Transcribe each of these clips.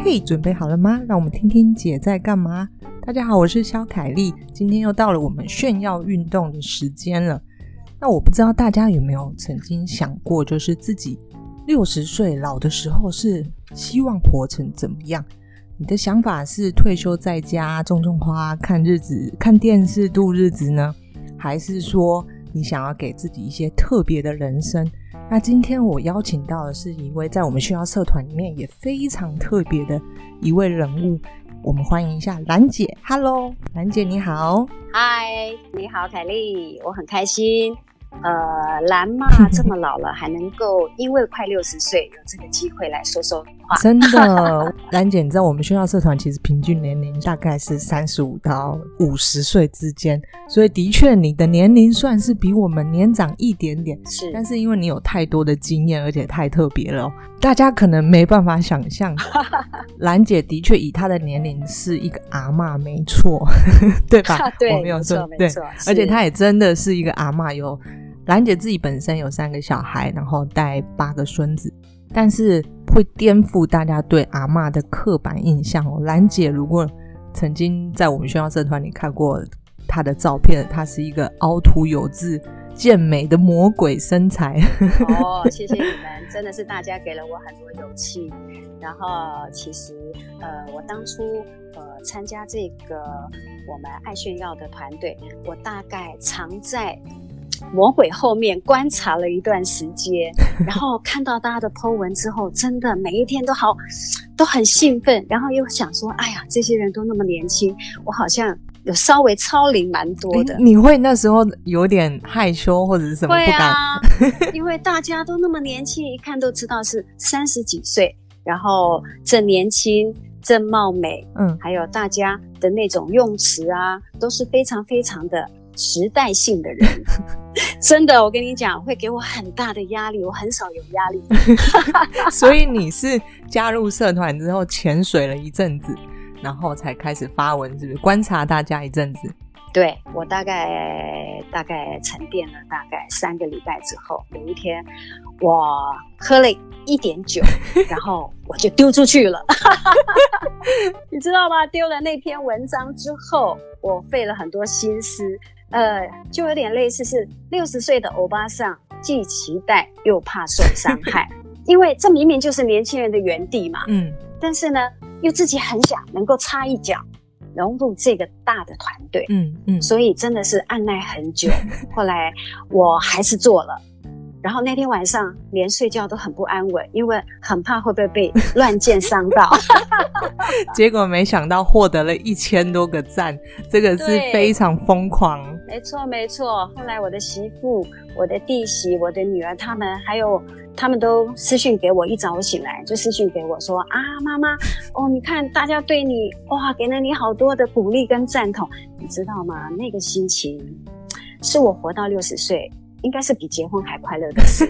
嘿，准备好了吗？让我们听听姐在干嘛。大家好，我是萧凯丽，今天又到了我们炫耀运动的时间了。那我不知道大家有没有曾经想过，就是自己60岁老的时候是希望活成怎么样？你的想法是退休在家种种花看日子看电视度日子呢，还是说你想要给自己一些特别的人生？那今天我邀请到的是一位在我们炫耀社团里面也非常特别的一位人物，我们欢迎一下兰姐。 Hello 兰姐你好。 嗨，你好凯丽，我很开心兰妈这么老了还能够因为快60岁有这个机会来说说话， 真的兰姐你知道我们炫耀社团其实平均年龄大概是35到50岁之间，所以的确你的年龄算是比我们年长一点点， 是， 但是因为你有太多的经验而且太特别了大家可能没办法想象兰姐的确以她的年龄是一个阿嬷没错对吧对， 我没有说没错， 而且她也真的是一个阿嬷，有兰姐自己本身有3个小孩，然后带8个孙子，但是会颠覆大家对阿嬷的刻板印象哦。兰姐如果曾经在我们炫耀社团里看过她的照片，她是一个凹凸有致健美的魔鬼身材哦，谢谢你们，真的是大家给了我很多勇气。然后其实我当初参加这个我们爱炫耀的团队，我大概常在魔鬼后面观察了一段时间然后看到大家的 po 文之后，真的每一天都很兴奋，然后又想说哎呀这些人都那么年轻，我好像有稍微超龄蛮多的。 你会那时候有点害羞或者是什么不敢？ 对啊因为大家都那么年轻，一看都知道是30几岁，然后正年轻正貌美，还有大家的那种用词啊都是非常非常的时代性的人真的我跟你讲会给我很大的压力，我很少有压力所以你是加入社团之后潜水了一阵子，然后才开始发文，是不是观察大家一阵子？ 对，我大概沉淀了大概3个礼拜之后，有一天我喝了一点酒然后我就丢出去了你知道吗？丢了那篇文章之后，我费了很多心思，就有点类似是60岁的欧巴桑既期待又怕受伤害因为这明明就是年轻人的原地嘛，但是呢又自己很想能够插一脚融入这个大的团队，所以真的是按耐很久后来我还是做了，然后那天晚上连睡觉都很不安稳，因为很怕会不会被乱箭伤到结果没想到获得了1000多个赞，这个是非常疯狂。 没错，后来我的媳妇我的弟媳我的女儿他们都私讯给我，一早我醒来就私讯给我说啊妈妈你看大家对你哇给了你好多的鼓励跟赞同，你知道吗？那个心情是我活到60岁应该是比结婚还快乐的事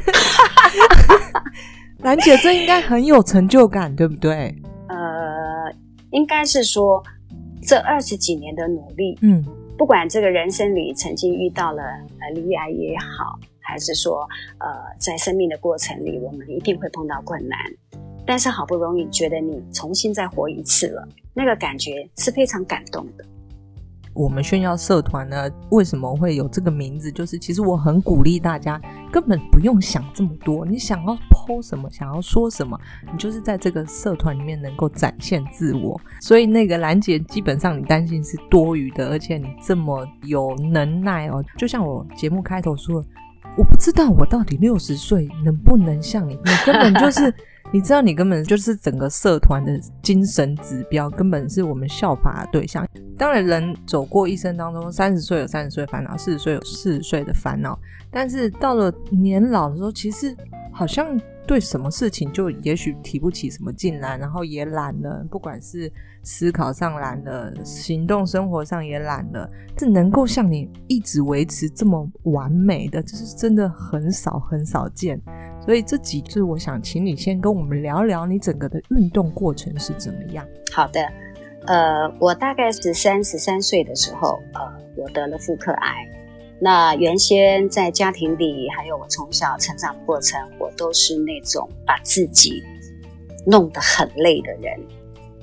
兰姐这应该很有成就感对不对？ 应该是说这20几年的努力，不管这个人生里曾经遇到了离癌也好，还是说在生命的过程里我们一定会碰到困难，但是好不容易觉得你重新再活一次了，那个感觉是非常感动的。 我们炫耀社团呢为什么会有这个名字，就是其实我很鼓励大家根本不用想这么多，你想要 po 什么想要说什么，你就是在这个社团里面能够展现自我。所以那个兰姐基本上你担心是多余的，而且你这么有能耐哦，就像我节目开头说的，我不知道我到底60岁能不能像你根本就是你知道你根本就是整个社团的精神指标，根本是我们效法的对象。当然人走过一生当中，30岁有30岁的烦恼，40岁有40岁的烦恼，但是到了年老的时候其实好像对什么事情就也许提不起什么劲来，然后也懒了，不管是思考上懒了，行动生活上也懒了，这能够像你一直维持这么完美的，这是真的很少很少见。所以这集就是我想请你先跟我们聊聊你整个的运动过程是怎么样。 好的，我大概是13岁的时候我得了妇科癌。那原先在家庭里还有我从小成长过程，我都是那种把自己弄得很累的人，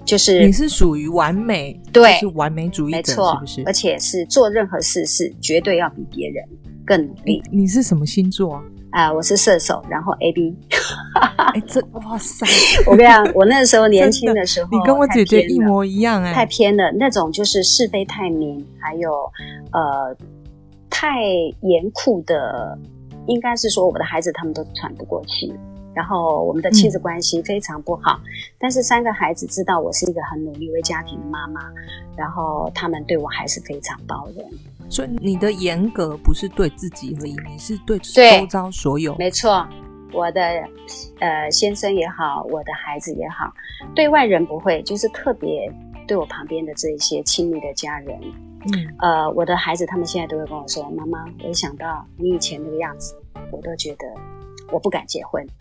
就是你是属于完美， 对， 就是完美主义者， 没错， 是不是？ 而且是做任何事是绝对要比别人更努力。 你是什么星座啊？ 我是射手，然后 AB。 哇塞！ 我跟你讲，我那时候年轻的时候， 你跟我姐姐一模一样太偏了，那种就是是非太明，还有太严酷的，应该是说我的孩子他们都喘不过气。然后我们的亲子关系非常不好，但是3个孩子知道我是一个很努力为家庭的妈妈，然后他们对我还是非常包容。 所以你的严格不是对自己而已，你是对周遭所有。没错，我的先生也好，我的孩子也好，对外人不会，就是特别对我旁边的这一些亲密的家人。我的孩子他们现在都会跟我说，妈妈，我一想到你以前那个样子，我都觉得我不敢结婚。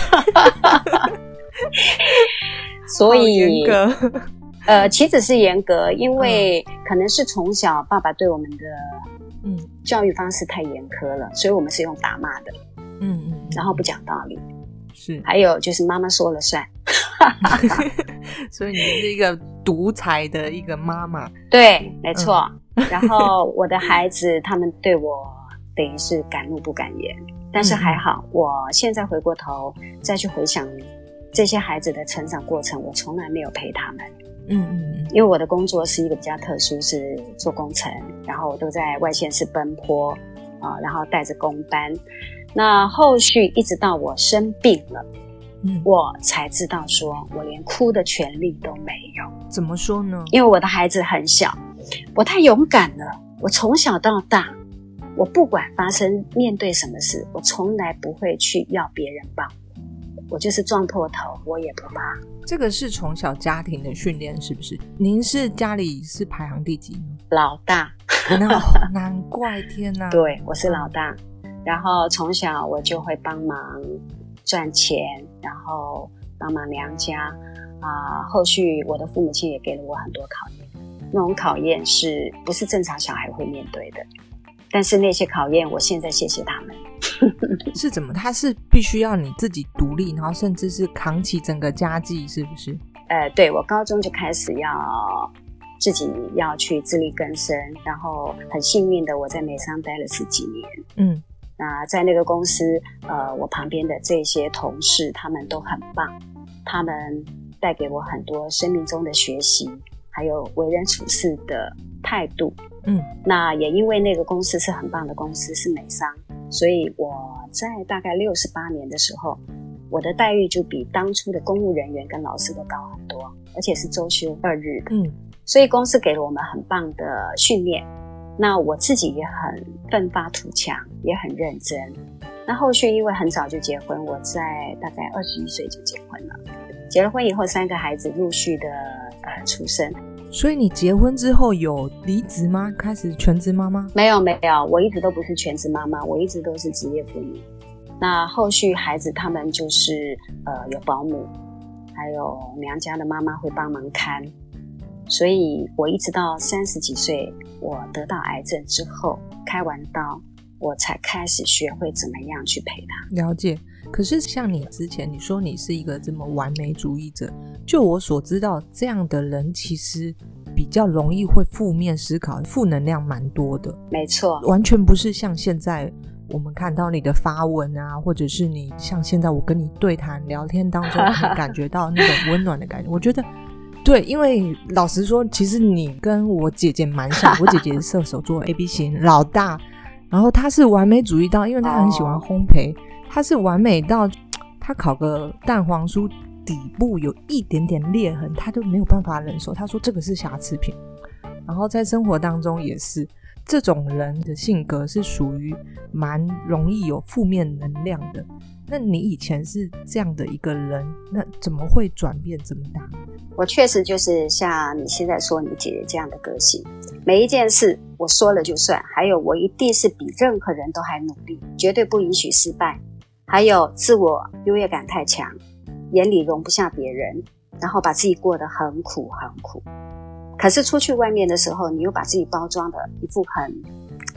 所以严格其实是严格，因为可能是从小爸爸对我们的教育方式太严苛了，所以我们是用打骂的，然后不讲道理， 是， 还有就是妈妈说了算。 所以你是一个独裁的一个妈妈。 对，没错。然后我的孩子他们对我等于是敢怒不敢言，但是还好，我现在回过头再去回想这些孩子的成长过程，我从来没有陪他们。因为我的工作是一个比较特殊，是做工程，然后我都在外县市奔波然后带着工班。那后续一直到我生病了，我才知道说我连哭的权利都没有。 怎么说呢？ 因为我的孩子很小，我太勇敢了。我从小到大，我不管面对什么事，我从来不会去要别人帮我就是撞破头我也不怕。 这个是从小家庭的训练是不是？您是家里是排行第几？ 老大。 难怪，天哪。 对，我是老大。然后从小我就会帮忙赚钱，然后帮忙娘家后续我的父母亲也给了我很多考验，那种考验是不是正常小孩会面对的，但是那些考验我现在谢谢他们。 是怎么？他是必须要你自己独立，然后甚至是扛起整个家计，是不是？ 对，我高中就开始要自己要去自力更生，然后很幸运的我在美商待了10几年。那在那个公司我旁边的这些同事他们都很棒，他们带给我很多生命中的学习，还有为人处事的态度。那也因为那个公司是很棒的公司，是美商，所以我在大概68年的时候，我的待遇就比当初的公务人员跟老师都高很多，而且是周休2日的。所以公司给了我们很棒的训练，那我自己也很奋发图强，也很认真。那后续因为很早就结婚，我在大概21岁就结婚了。结了婚以后，3个孩子陆续的出生。 所以你结婚之后有离职吗？开始全职妈妈？ 没有，我一直都不是全职妈妈，我一直都是职业妇女。那后续孩子他们就是有保姆，还有娘家的妈妈会帮忙看，所以我一直到30几岁，我得到癌症之后开完刀，我才开始学会怎么样去陪他。 了解。可是像你之前你说你是一个这么完美主义者，就我所知道这样的人其实比较容易会负面思考，负能量蛮多的。 没错， 完全不是像现在我们看到你的发文啊，或者是你像现在我跟你对谈聊天当中可以感觉到那种温暖的感觉。我觉得对，因为老实说其实你跟我姐姐蛮像，我姐姐是射手座 AB 型老大，然后她是完美主义到，因为她很喜欢烘焙，她是完美到她烤个蛋黄酥底部有一点点裂痕她都没有办法忍受，她说这个是瑕疵品。然后在生活当中也是，这种人的性格是属于蛮容易有负面能量的。那你以前是这样的一个人，那怎么会转变这么大？ 我确实就是像你现在说你姐姐这样的个性，每一件事我说了就算，还有我一定是比任何人都还努力，绝对不允许失败，还有自我优越感太强，眼里容不下别人，然后把自己过得很苦很苦。可是出去外面的时候，你又把自己包装的一副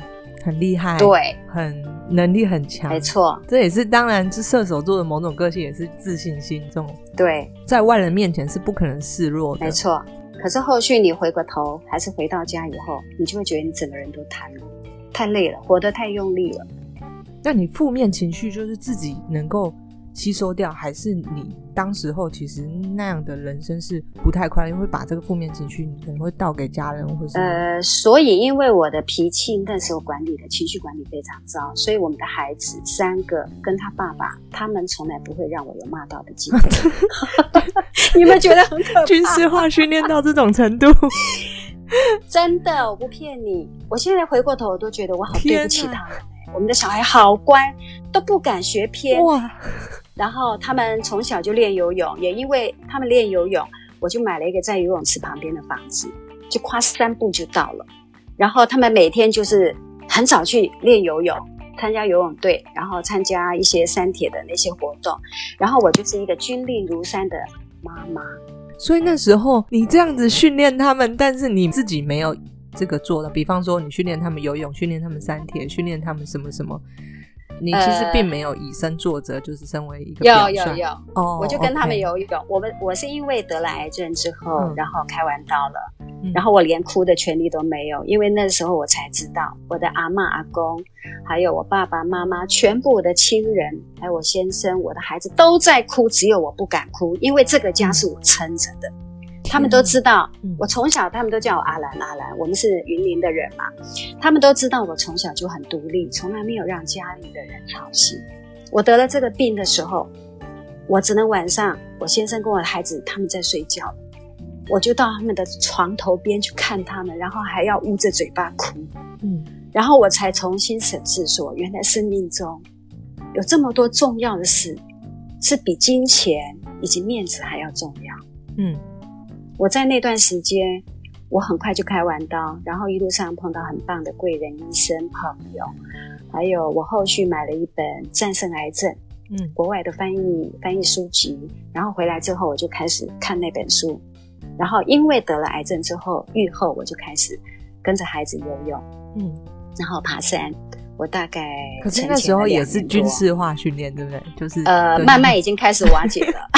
很厉害， 对， 很能力很强， 没错， 这也是当然是射手座的某种个性，也是自信心这种， 对， 在外人面前是不可能示弱的， 没错。可是后续你回过头，还是回到家以后，你就会觉得你整个人都瘫了，太累了，活得太用力了。 那你负面情绪就是自己能够吸收掉，还是你当时候其实那样的人生是不太快乐，因为会把这个负面情绪你可能会倒给家人，或是所以因为我的脾气那时候管理的情绪管理非常糟，所以我们的孩子3个跟他爸爸，他们从来不会让我有骂到的机会。你们觉得很可怕？ 军事化训练到这种程度？ 真的，我不骗你。我现在回过头，我都觉得我好对不起他们。我们的小孩好乖，都不敢学偏。哇！然后他们从小就练游泳，也因为他们练游泳，我就买了一个在游泳池旁边的房子，就跨3步就到了。然后他们每天就是很早去练游泳，参加游泳队，然后参加一些三铁的那些活动。然后我就是一个军令如山的妈妈。 所以那时候你这样子训练他们，但是你自己没有这个做的，比方说你训练他们游泳，训练他们三铁，训练他们什么什么，你其实并没有以身作则，就是身为一个表率。 有我就跟他们游泳。我是因为得了癌症之后，然后开完刀了，然后我连哭的权利都没有，因为那时候我才知道我的阿嬷阿公还有我爸爸妈妈全部我的亲人还有我先生我的孩子都在哭，只有我不敢哭，因为这个家是我撑着的。他们都知道我从小，他们都叫我阿兰，我们是云林的人嘛，他们都知道我从小就很独立，从来没有让家里的人操心。我得了这个病的时候，我只能晚上我先生跟我的孩子他们在睡觉，我就到他们的床头边去看他们，然后还要捂着嘴巴哭。然后我才重新审视说，原来生命中有这么多重要的事是比金钱以及面子还要重要。我在那段时间我很快就开完刀，然后一路上碰到很棒的贵人医生朋友，还有我后续买了一本《战胜癌症》国外的翻译书籍，然后回来之后我就开始看那本书，然后因为得了癌症之后愈后，我就开始跟着孩子游泳然后爬山。我大概可是那时候也是军事化训练，对不对？就是慢慢已经开始瓦解了。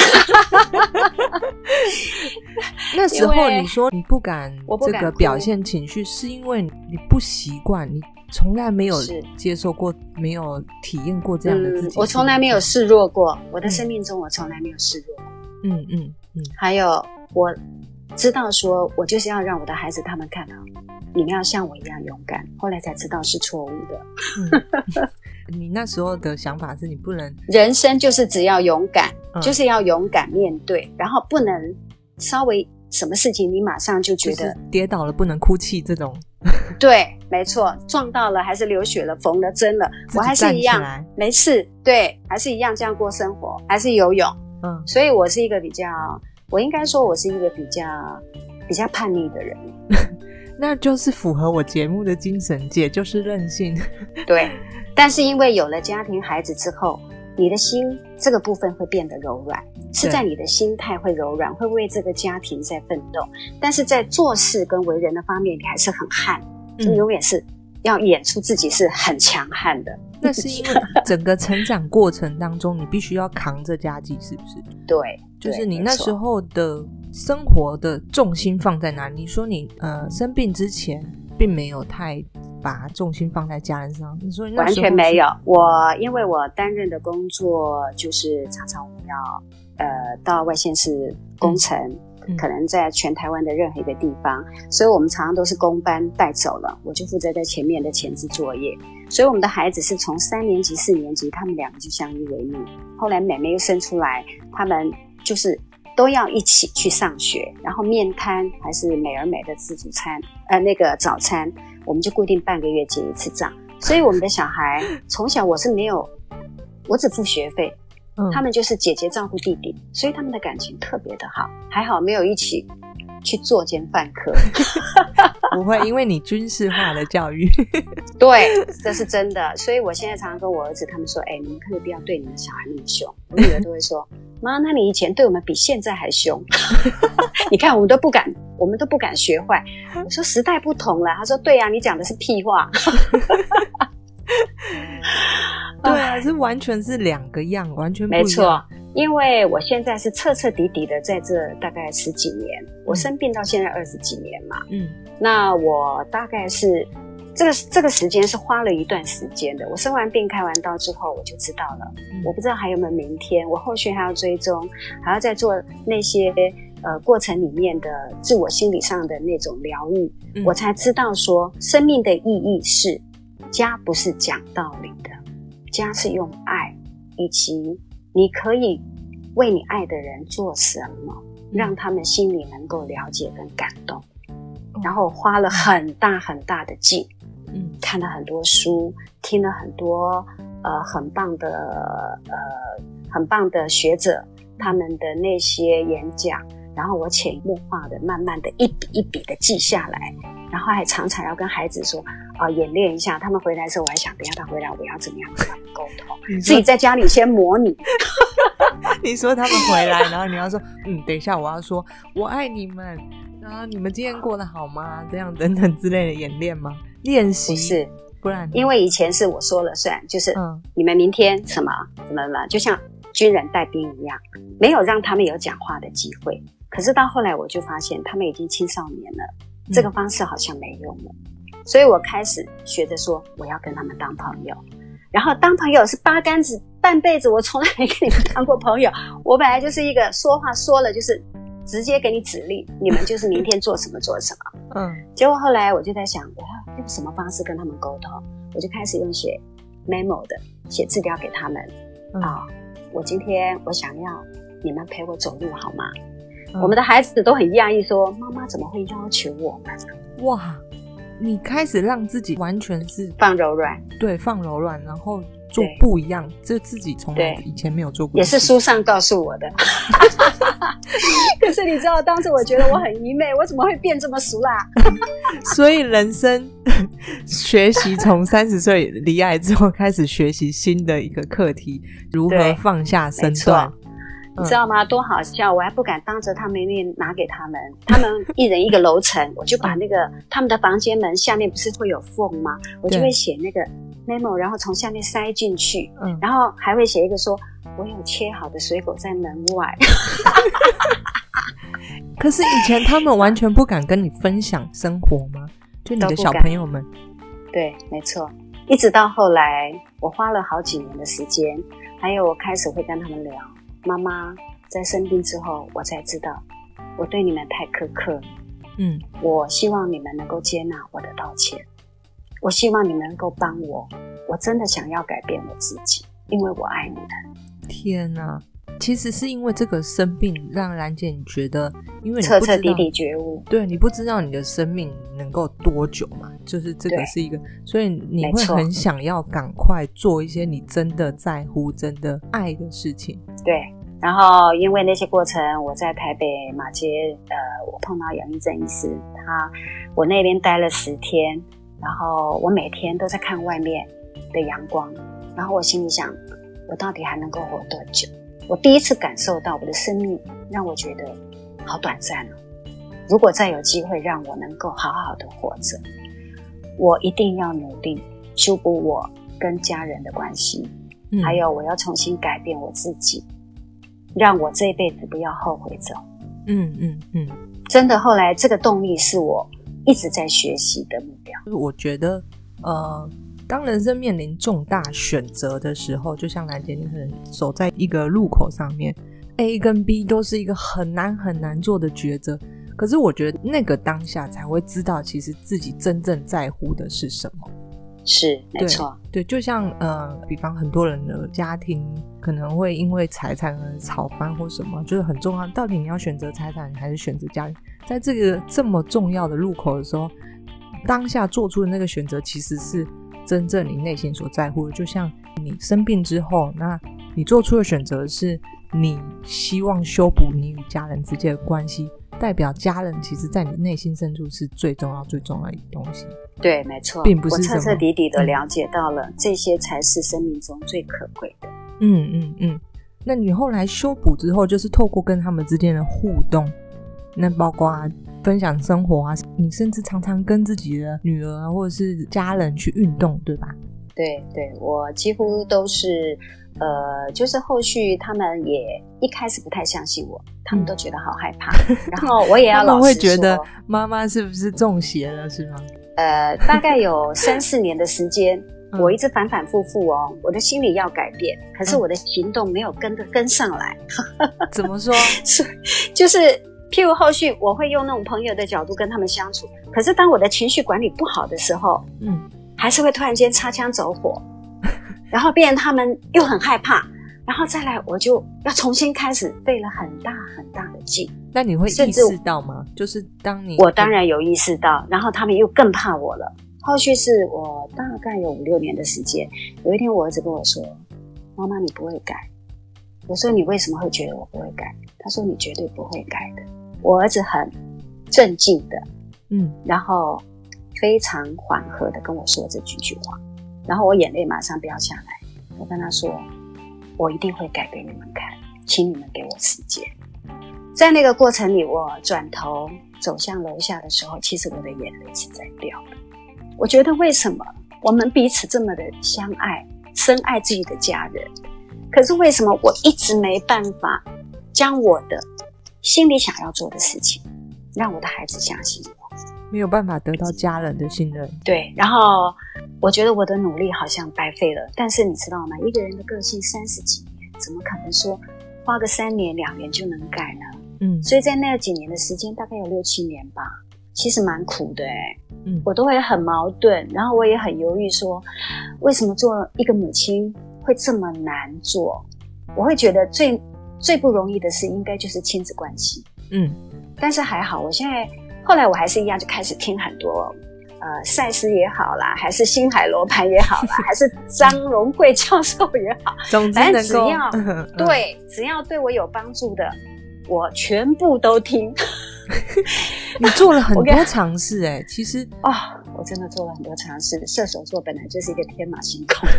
那时候你说你不敢这个表现情绪，是因为你不习惯，你从来没有接受过，没有体验过这样的自己。 我从来没有示弱过，我的生命中我从来没有示弱过。还有我知道说我就是要让我的孩子他们看到你们要像我一样勇敢，后来才知道是错误的。 你那时候的想法是你不能， 人生就是只要勇敢，就是要勇敢面对，然后不能稍微什么事情你马上就觉得、 就是跌倒了不能哭泣这种。 对，没错，撞到了还是流血了缝了针了，我还是一样没事，对，还是一样这样过生活，还是游泳。所以我是一个我应该说我是一个比较叛逆的人。 那就是符合我节目的精神，姐就是任性。 对，但是因为有了家庭孩子之后，你的心这个部分会变得柔软，是在你的心态会柔软，会为这个家庭在奋斗，但是在做事跟为人的方面你还是很悍，就永远是要演出自己是很强悍的。 那是因为整个成长过程当中你必须要扛着家计，是不是？ 对， 就是你那时候的生活的重心放在哪里？你说你生病之前并没有太把重心放在家人上，你说你那时候完全没有。因为我担任的工作就是常常我们要到外县市工程，可能在全台湾的任何一个地方，所以我们常常都是公班带走了，我就负责在前面的前置作业。所以我们的孩子是从3年级4年级他们2个就相依为命，后来妹妹又生出来，他们就是都要一起去上学，然后面摊还是美而美的自助餐那个早餐我们就固定半个月结一次账。所以我们的小孩从小我只付学费，他们就是姐姐照顾弟弟，所以他们的感情特别的好，还好没有一起去作奸犯科。 不会，因为你军事化的教育。 对，这是真的。所以我现在常常跟我儿子他们说，你们可以不要对你们小孩那么凶。我女儿都会说，妈，那你以前对我们比现在还凶。你看我们都不敢学坏。我说时代不同了。他说对啊，你讲的是屁话。 对啊，是完全是两个样，完全不一样。 没错，因为我现在是彻彻底底的在这大概10几年，我生病到现在20几年嘛，那我大概是这个时间是花了一段时间的。我生完病开完刀之后我就知道了，我不知道还有没有明天，我后续还要追踪，还要再做那些过程里面的自我心理上的那种疗愈，我才知道说生命的意义是家不是讲道理的，家是用爱，以及你可以为你爱的人做什么，让他们心里能够了解跟感动。然后花了很大很大的劲，看了很多书，听了很多很棒的学者他们的那些演讲，然后我潜移默化的慢慢的一笔一笔的记下来，然后还常常要跟孩子说演练一下，他们回来的时候我还想等一下他回来我要怎么样跟他们沟通，自己在家里先模拟你说他们回来然后你要说等一下我要说我爱你们，然后你们今天过得好吗，这样等等之类的演练吗？练习？不是，不然因为以前是我说了算，就是你们明天什么怎么了，就像军人带兵一样，没有让他们有讲话的机会。可是到后来我就发现他们已经青少年了，这个方式好像没用了，所以我开始学着说我要跟他们当朋友，然后当朋友是八竿子半辈子，我从来没跟你们当过朋友。我本来就是一个说话说了就是直接给你指令，你们就是明天做什么做什么。结果后来我就在想我要用什么方式跟他们沟通，我就开始用写 memo 的写字条给他们我今天我想要你们陪我走路好吗？我们的孩子都很讶异说妈妈怎么会要求我们？ 哇，你开始让自己完全是放柔软， 对，放柔软，然后做不一样，这自己从来以前没有做过， 也是书上告诉我的可是你知道当时我觉得我很愚昧，我怎么会变这么俗啦所以人生学习从30岁离癌之后开始学习新的一个课题，如何放下身段。 你知道吗？多好笑！我还不敢当着他们面拿给他们，他们一人一个楼层，我就把那个他们的房间门下面不是会有缝吗？我就会写那个 memo， 然后从下面塞进去，然后还会写一个说我有切好的水果在门外可是以前他们完全不敢跟你分享生活吗？就你的小朋友们？ 对，没错。一直到后来我花了好几年的时间，还有我开始会跟他们聊，妈妈在生病之后我才知道我对你们太苛刻了，我希望你们能够接纳我的道歉，我希望你们能够帮我，我真的想要改变我自己，因为我爱你们。 天哪，其实是因为这个生病让兰姐你觉得，因为你彻彻底底觉悟， 对，你不知道你的生命能够多久嘛，就是这个是一个，所以你会很想要赶快做一些你真的在乎真的爱的事情。 对，然后因为那些过程我在台北马街我碰到杨一正医师，我那边待了10天，然后我每天都在看外面的阳光，然后我心里想我到底还能够活多久。我第一次感受到我的生命让我觉得好短暂哦，如果再有机会让我能够好好的活着，我一定要努力修补我跟家人的关系，还有我要重新改变我自己，让我这一辈子不要后悔走。真的后来这个动力是我一直在学习的目标。 我觉得当人生面临重大选择的时候，就像兰姐你可能走在一个路口上面， A 跟 B 都是一个很难很难做的抉择，可是我觉得那个当下才会知道其实自己真正在乎的是什么。 是，没错。 对，就像比方很多人的家庭可能会因为财产而吵翻或什么，就是很重要，到底你要选择财产还是选择家庭，在这个这么重要的路口的时候，当下做出的那个选择其实是真正你内心所在乎的。就像你生病之后，那你做出的选择是你希望修补你与家人之间的关系，代表家人其实在你内心深处是最重要最重要的东西。 对，没错， 并不是什么， 我彻彻底底的了解到了，这些才是生命中最可贵的。 那你后来修补之后，就是透过跟他们之间的互动，那包括分享生活啊，你甚至常常跟自己的女儿或者是家人去运动，对吧？ 对对，我几乎都是就是后续他们也一开始不太相信我，他们都觉得好害怕，然后我也要老实说， 他们会觉得妈妈是不是中邪了是吗？ 大概有3-4年的时间，我一直反反复复哦，我的心理要改变，可是我的行动没有跟上来。 怎么说？ 就是譬如后续我会用那种朋友的角度跟他们相处，可是当我的情绪管理不好的时候，还是会突然间擦枪走火，然后变成他们又很害怕，然后再来我就要重新开始，费了很大很大的劲。 那你会意识到吗？就是当你我当然有意识到，然后他们又更怕我了。后续是我大概有5-6年的时间，有一天我儿子跟我说：“妈妈，你不会改。”我说：“你为什么会觉得我不会改？”他说：“你绝对不会改的。”我儿子很镇静的，然后非常缓和的跟我说这几句话，然后我眼泪马上掉下来。我跟他说：“我一定会改给你们看，请你们给我时间。”在那个过程里，我转头走向楼下的时候，其实我的眼泪是在掉的。我觉得为什么我们彼此这么的相爱，深爱自己的家人，可是为什么我一直没办法将我的心里想要做的事情让我的孩子相信我， 没有办法得到家人的信任。 对，然后我觉得我的努力好像白费了。但是你知道吗？一个人的个性30几年，怎么可能说花个3年2年就能改呢？所以在那几年的时间，大概有6-7年吧，其实蛮苦的我都会很矛盾，然后我也很犹豫说，为什么做一个母亲会这么难做？我会觉得最不容易的事应该就是亲子关系。但是还好，我现在后来我还是一样就开始听很多赛斯也好啦，还是星海罗盘也好啦，还是张荣贵教授也好， 总之能够只要对我有帮助的，我全部都听。 你做了很多尝试其实我真的做了很多尝试。射手座本来就是一个天马行空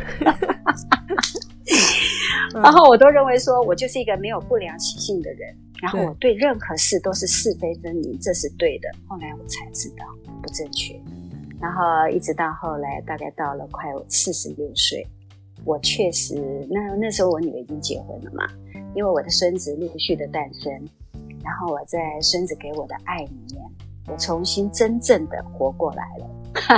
然后我都认为说我就是一个没有不良习性的人，然后我对任何事都是是非分明，这是对的。后来我才知道不正确，然后一直到后来大概到了快46岁，我确实那时候我女儿已经结婚了嘛，因为我的孙子陆续的诞生，然后我在孙子给我的爱里面，我重新真正的活过来了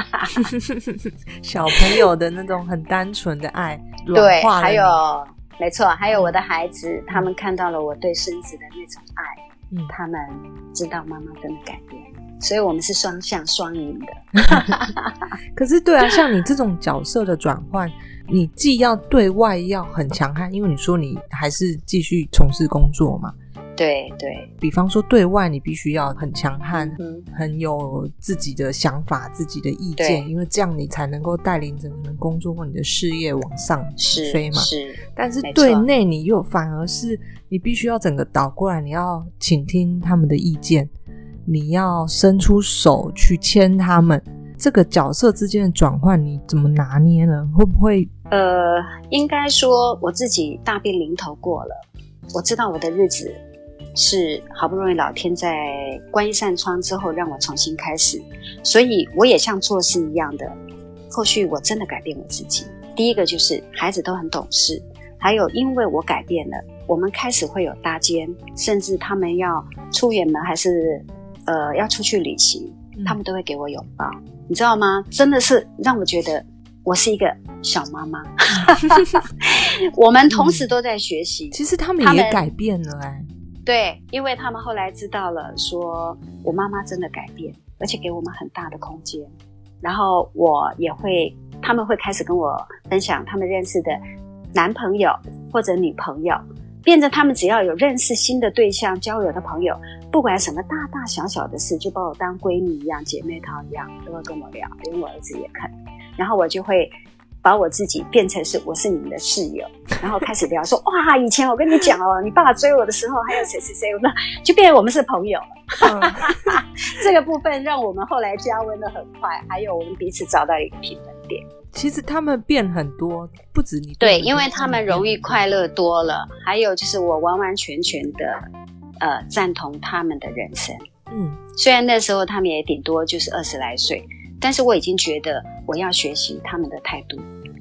小朋友的那种很单纯的爱对，还有没错，还有我的孩子，他们看到了我对孙子的那种爱，他们知道妈妈真的改变，所以我们是双向双赢的可是对啊，像你这种角色的转换，你既要对外要很强悍，因为你说你还是继续从事工作嘛， 对对， 比方说对外你必须要很强悍，很有自己的想法自己的意见，因为这样你才能够带领整个人工作或你的事业往上飞嘛。 是， 但是对内你又反而是你必须要整个倒过来，你要倾听他们的意见，你要伸出手去牵他们，这个角色之间的转换你怎么拿捏呢？会不会应该说我自己大病临头过了，我知道我的日子是好不容易老天在关一扇窗之后让我重新开始，所以我也像做事一样的，后续我真的改变我自己。第一个就是孩子都很懂事，还有因为我改变了，我们开始会有搭肩，甚至他们要出远门还是要出去旅行，他们都会给我拥抱，你知道吗？真的是让我觉得我是一个小妈妈我们同时都在学习， 其实他们也改变了对，因为他们后来知道了说我妈妈真的改变，而且给我们很大的空间，然后我也会，他们会开始跟我分享他们认识的男朋友或者女朋友，变成他们只要有认识新的对象交友的朋友，不管什么大大小小的事，就把我当闺蜜一样姐妹淘一样都会跟我聊，连我儿子也看，然后我就会把我自己变成是我是你们的室友，然后开始聊说哇，以前我跟你讲哦，你爸爸追我的时候还有谁谁谁，就变成我们是朋友了这个部分让我们后来加温的很快，还有我们彼此找到一个平衡点。 其实他们变很多，不止你对，因为他们容易快乐多了，还有就是我完完全全的赞同他们的人生。虽然那时候他们也顶多就是20来岁，但是我已经觉得我要学习他们的态度，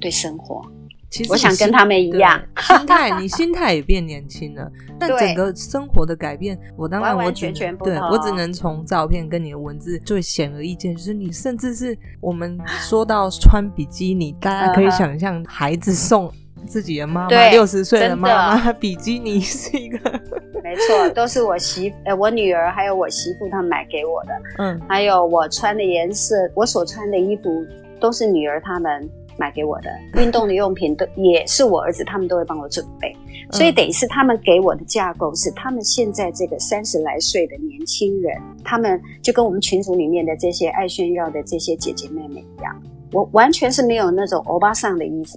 对生活。 其实我想跟他们一样， 你心态也变年轻了，但整个生活的改变，我当然完完全全不同。 对，我只能从照片跟你的文字最显而易见，就是你甚至是我们说到穿比基尼，大家可以想象孩子送自己的妈妈，60岁的妈妈比基尼是一个没错，都是我女儿还有我媳妇她们买给我的，还有我穿的颜色，我所穿的衣服都是女儿她们买给我的，运动的用品也是我儿子他们都会帮我准备，所以等于是他们给我的架构是他们现在这个30来岁的年轻人，他们就跟我们群组里面的这些爱炫耀的这些姐姐妹妹一样，我完全是没有那种欧巴桑的衣服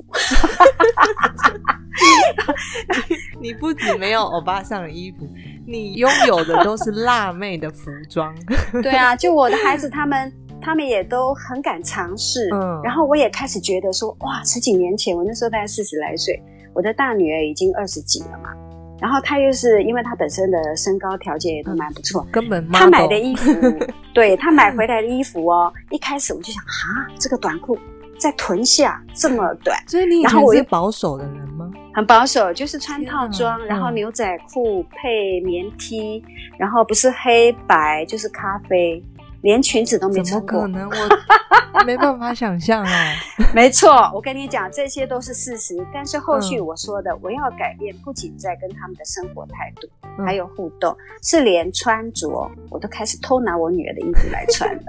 你不止没有欧巴桑的衣服，你拥有的都是辣妹的服装对啊，就我的孩子他们也都很敢尝试，然后我也开始觉得说，哇，10几年前我那时候大概40来岁，我的大女儿已经20几了嘛，然后她又是因为她本身的身高条件也都蛮不错， 根本她买的衣服对，她买回来的衣服哦，一开始我就想这个短裤在臀下这么短， 所以你以前是保守的人吗？ 很保守，就是穿套装，然后牛仔裤配棉 T， 然后不是黑白就是咖啡，连裙子都没穿过。 怎么可能？我没办法想象啊没错，我跟你讲，这些都是事实，但是后续我说的，我要改变不仅在跟他们的生活态度还有互动，是连穿着我都开始偷拿我女儿的衣服来穿了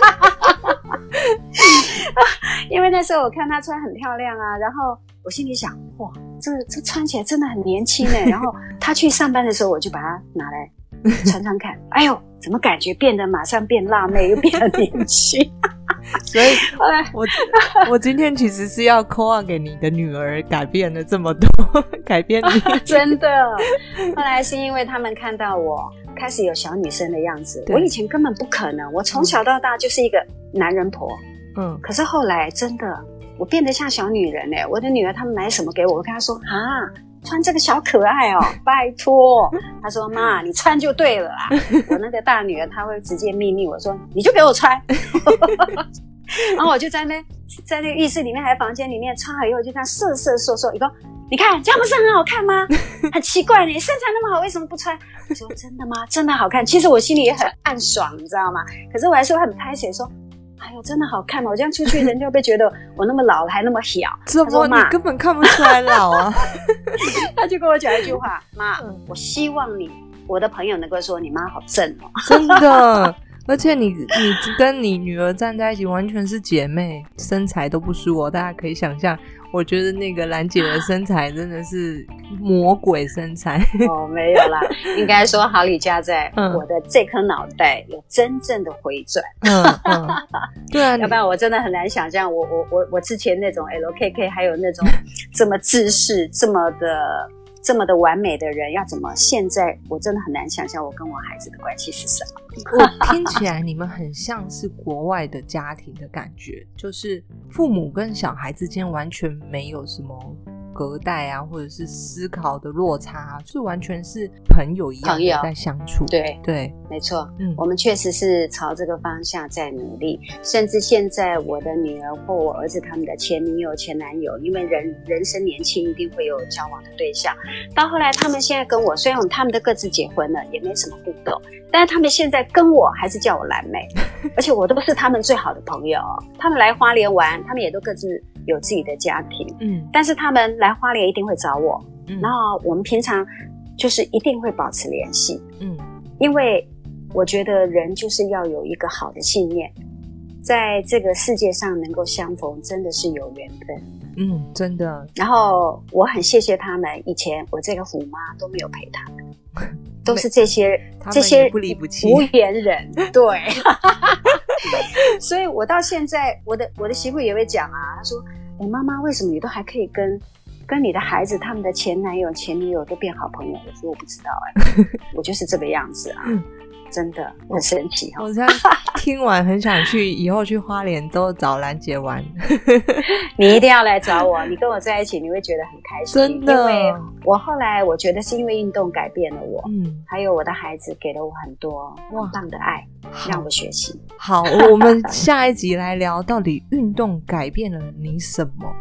因为那时候我看她穿很漂亮啊，然后我心里想，哇，这穿起来真的很年轻耶然后她去上班的时候，我就把它拿来穿穿看，哎呦，怎么感觉变得马上变辣妹，又变得年轻所以我今天其实是要 call out 给你的女儿改变了这么多改变你真的后来是因为他们看到我开始有小女生的样子，我以前根本不可能，我从小到大就是一个男人婆，可是后来真的我变得像小女人耶，我的女儿他们买什么给我，我跟她说穿这个小可爱哦，拜托。她说妈，你穿就对了啦。我那个大女儿她会直接命令我说，你就给我穿。然后我就在那个浴室里面还是房间里面穿好以后，就这样瑟瑟缩缩，一个你看这样不是很好看吗？很奇怪，你身材那么好，为什么不穿？我说真的吗？真的好看。其实我心里也很暗爽，你知道吗？可是我还是会很拍谁说，哎呦，真的好看吗？我这样出去，人就会觉得我那么老了，还那么小。 怎么你根本看不出来老啊？ 他就跟我讲一句话，妈，我希望我的朋友能够说你妈好正哦。 真的，而且你跟你女儿站在一起，完全是姐妹，身材都不输哦。大家可以想象，我觉得那个兰姐的身材真的是魔鬼身材哦，没有啦，应该说好李家在我的这颗脑袋有真正的回转。对啊，要不然我真的很难想象我之前那种 LKK 还有那种这么自视这么的完美的人，要怎么现在我真的很难想象我跟我孩子的关系是什么。 我听起来你们很像是国外的家庭的感觉，就是父母跟小孩之间完全没有什么隔代啊，或者是思考的落差，是完全是朋友一样的在相处。对， 没错，我们确实是朝这个方向在努力，甚至现在我的女儿或我儿子他们的前女友前男友，因为人生年轻一定会有交往的对象，到后来他们现在跟我，虽然他们都各自结婚了，也没什么互动，但是他们现在跟我还是叫我蓝妹而且我都是他们最好的朋友，他们来花莲玩，他们也都各自有自己的家庭，但是他们来花莲一定会找我，然后我们平常就是一定会保持联系，因为我觉得人就是要有一个好的信念，在这个世界上能够相逢真的是有缘分， 真的。 然后我很谢谢他们，以前我这个虎妈都没有陪他们，都是这些不离不弃无缘人，对所以我到现在我的媳妇也会讲啊，她说妈妈为什么你都还可以跟你的孩子他们的前男友前女友都变好朋友？我说我不知道我就是这个样子啊真的很神奇我这样听完很想去以后去花莲都找兰姐玩你一定要来找我，你跟我在一起你会觉得很开心， 真的。 因为我后来我觉得是因为运动改变了我，还有我的孩子给了我很多很棒的爱让我学习。 好，我们下一集来聊到底运动改变了你什么，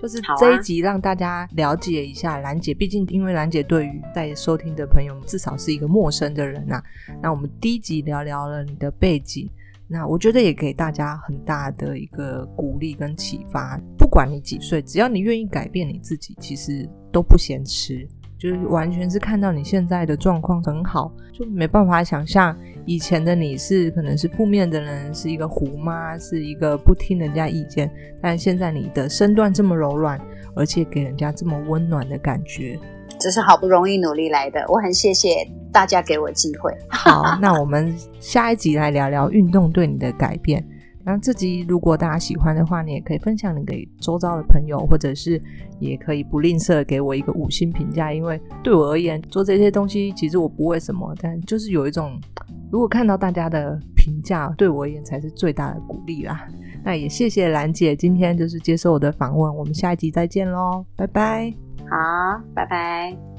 就是这一集让大家了解一下兰姐，毕竟因为兰姐对于在收听的朋友至少是一个陌生的人啊。那我们第一集聊聊了你的背景，那我觉得也给大家很大的一个鼓励跟启发，不管你几岁，只要你愿意改变你自己，其实都不嫌迟。就是完全是看到你现在的状况很好，就没办法想象以前的你是可能是负面的人，是一个虎妈，是一个不听人家意见，但现在你的身段这么柔软，而且给人家这么温暖的感觉， 这是好不容易努力来的，我很谢谢大家给我机会。 好，那我们下一集来聊聊运动对你的改变。那这集如果大家喜欢的话，你也可以分享你给周遭的朋友，或者是也可以不吝啬给我一个5星评价，因为对我而言做这些东西其实我不会什么，但就是有一种如果看到大家的评价，对我而言才是最大的鼓励啦。那也谢谢兰姐今天就是接受我的访问，我们下一集再见咯，拜拜。 好，拜拜。